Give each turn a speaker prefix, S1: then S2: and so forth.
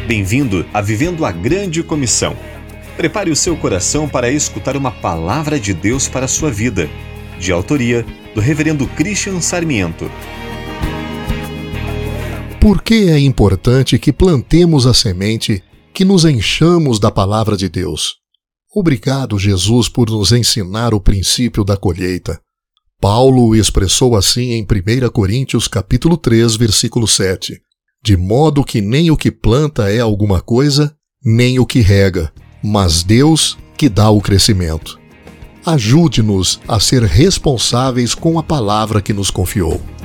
S1: Bem-vindo a Vivendo a Grande Comissão. Prepare o seu coração para escutar uma palavra de Deus para a sua vida, de autoria do Reverendo Christian Sarmiento.
S2: Por que é importante que plantemos a semente, que nos enchamos da palavra de Deus? Obrigado, Jesus, por nos ensinar o princípio da colheita. Paulo o expressou assim em 1 Coríntios capítulo 3, versículo 7. De modo que nem o que planta é alguma coisa, nem o que rega, mas Deus que dá o crescimento. Ajude-nos a ser responsáveis com a palavra que nos confiou.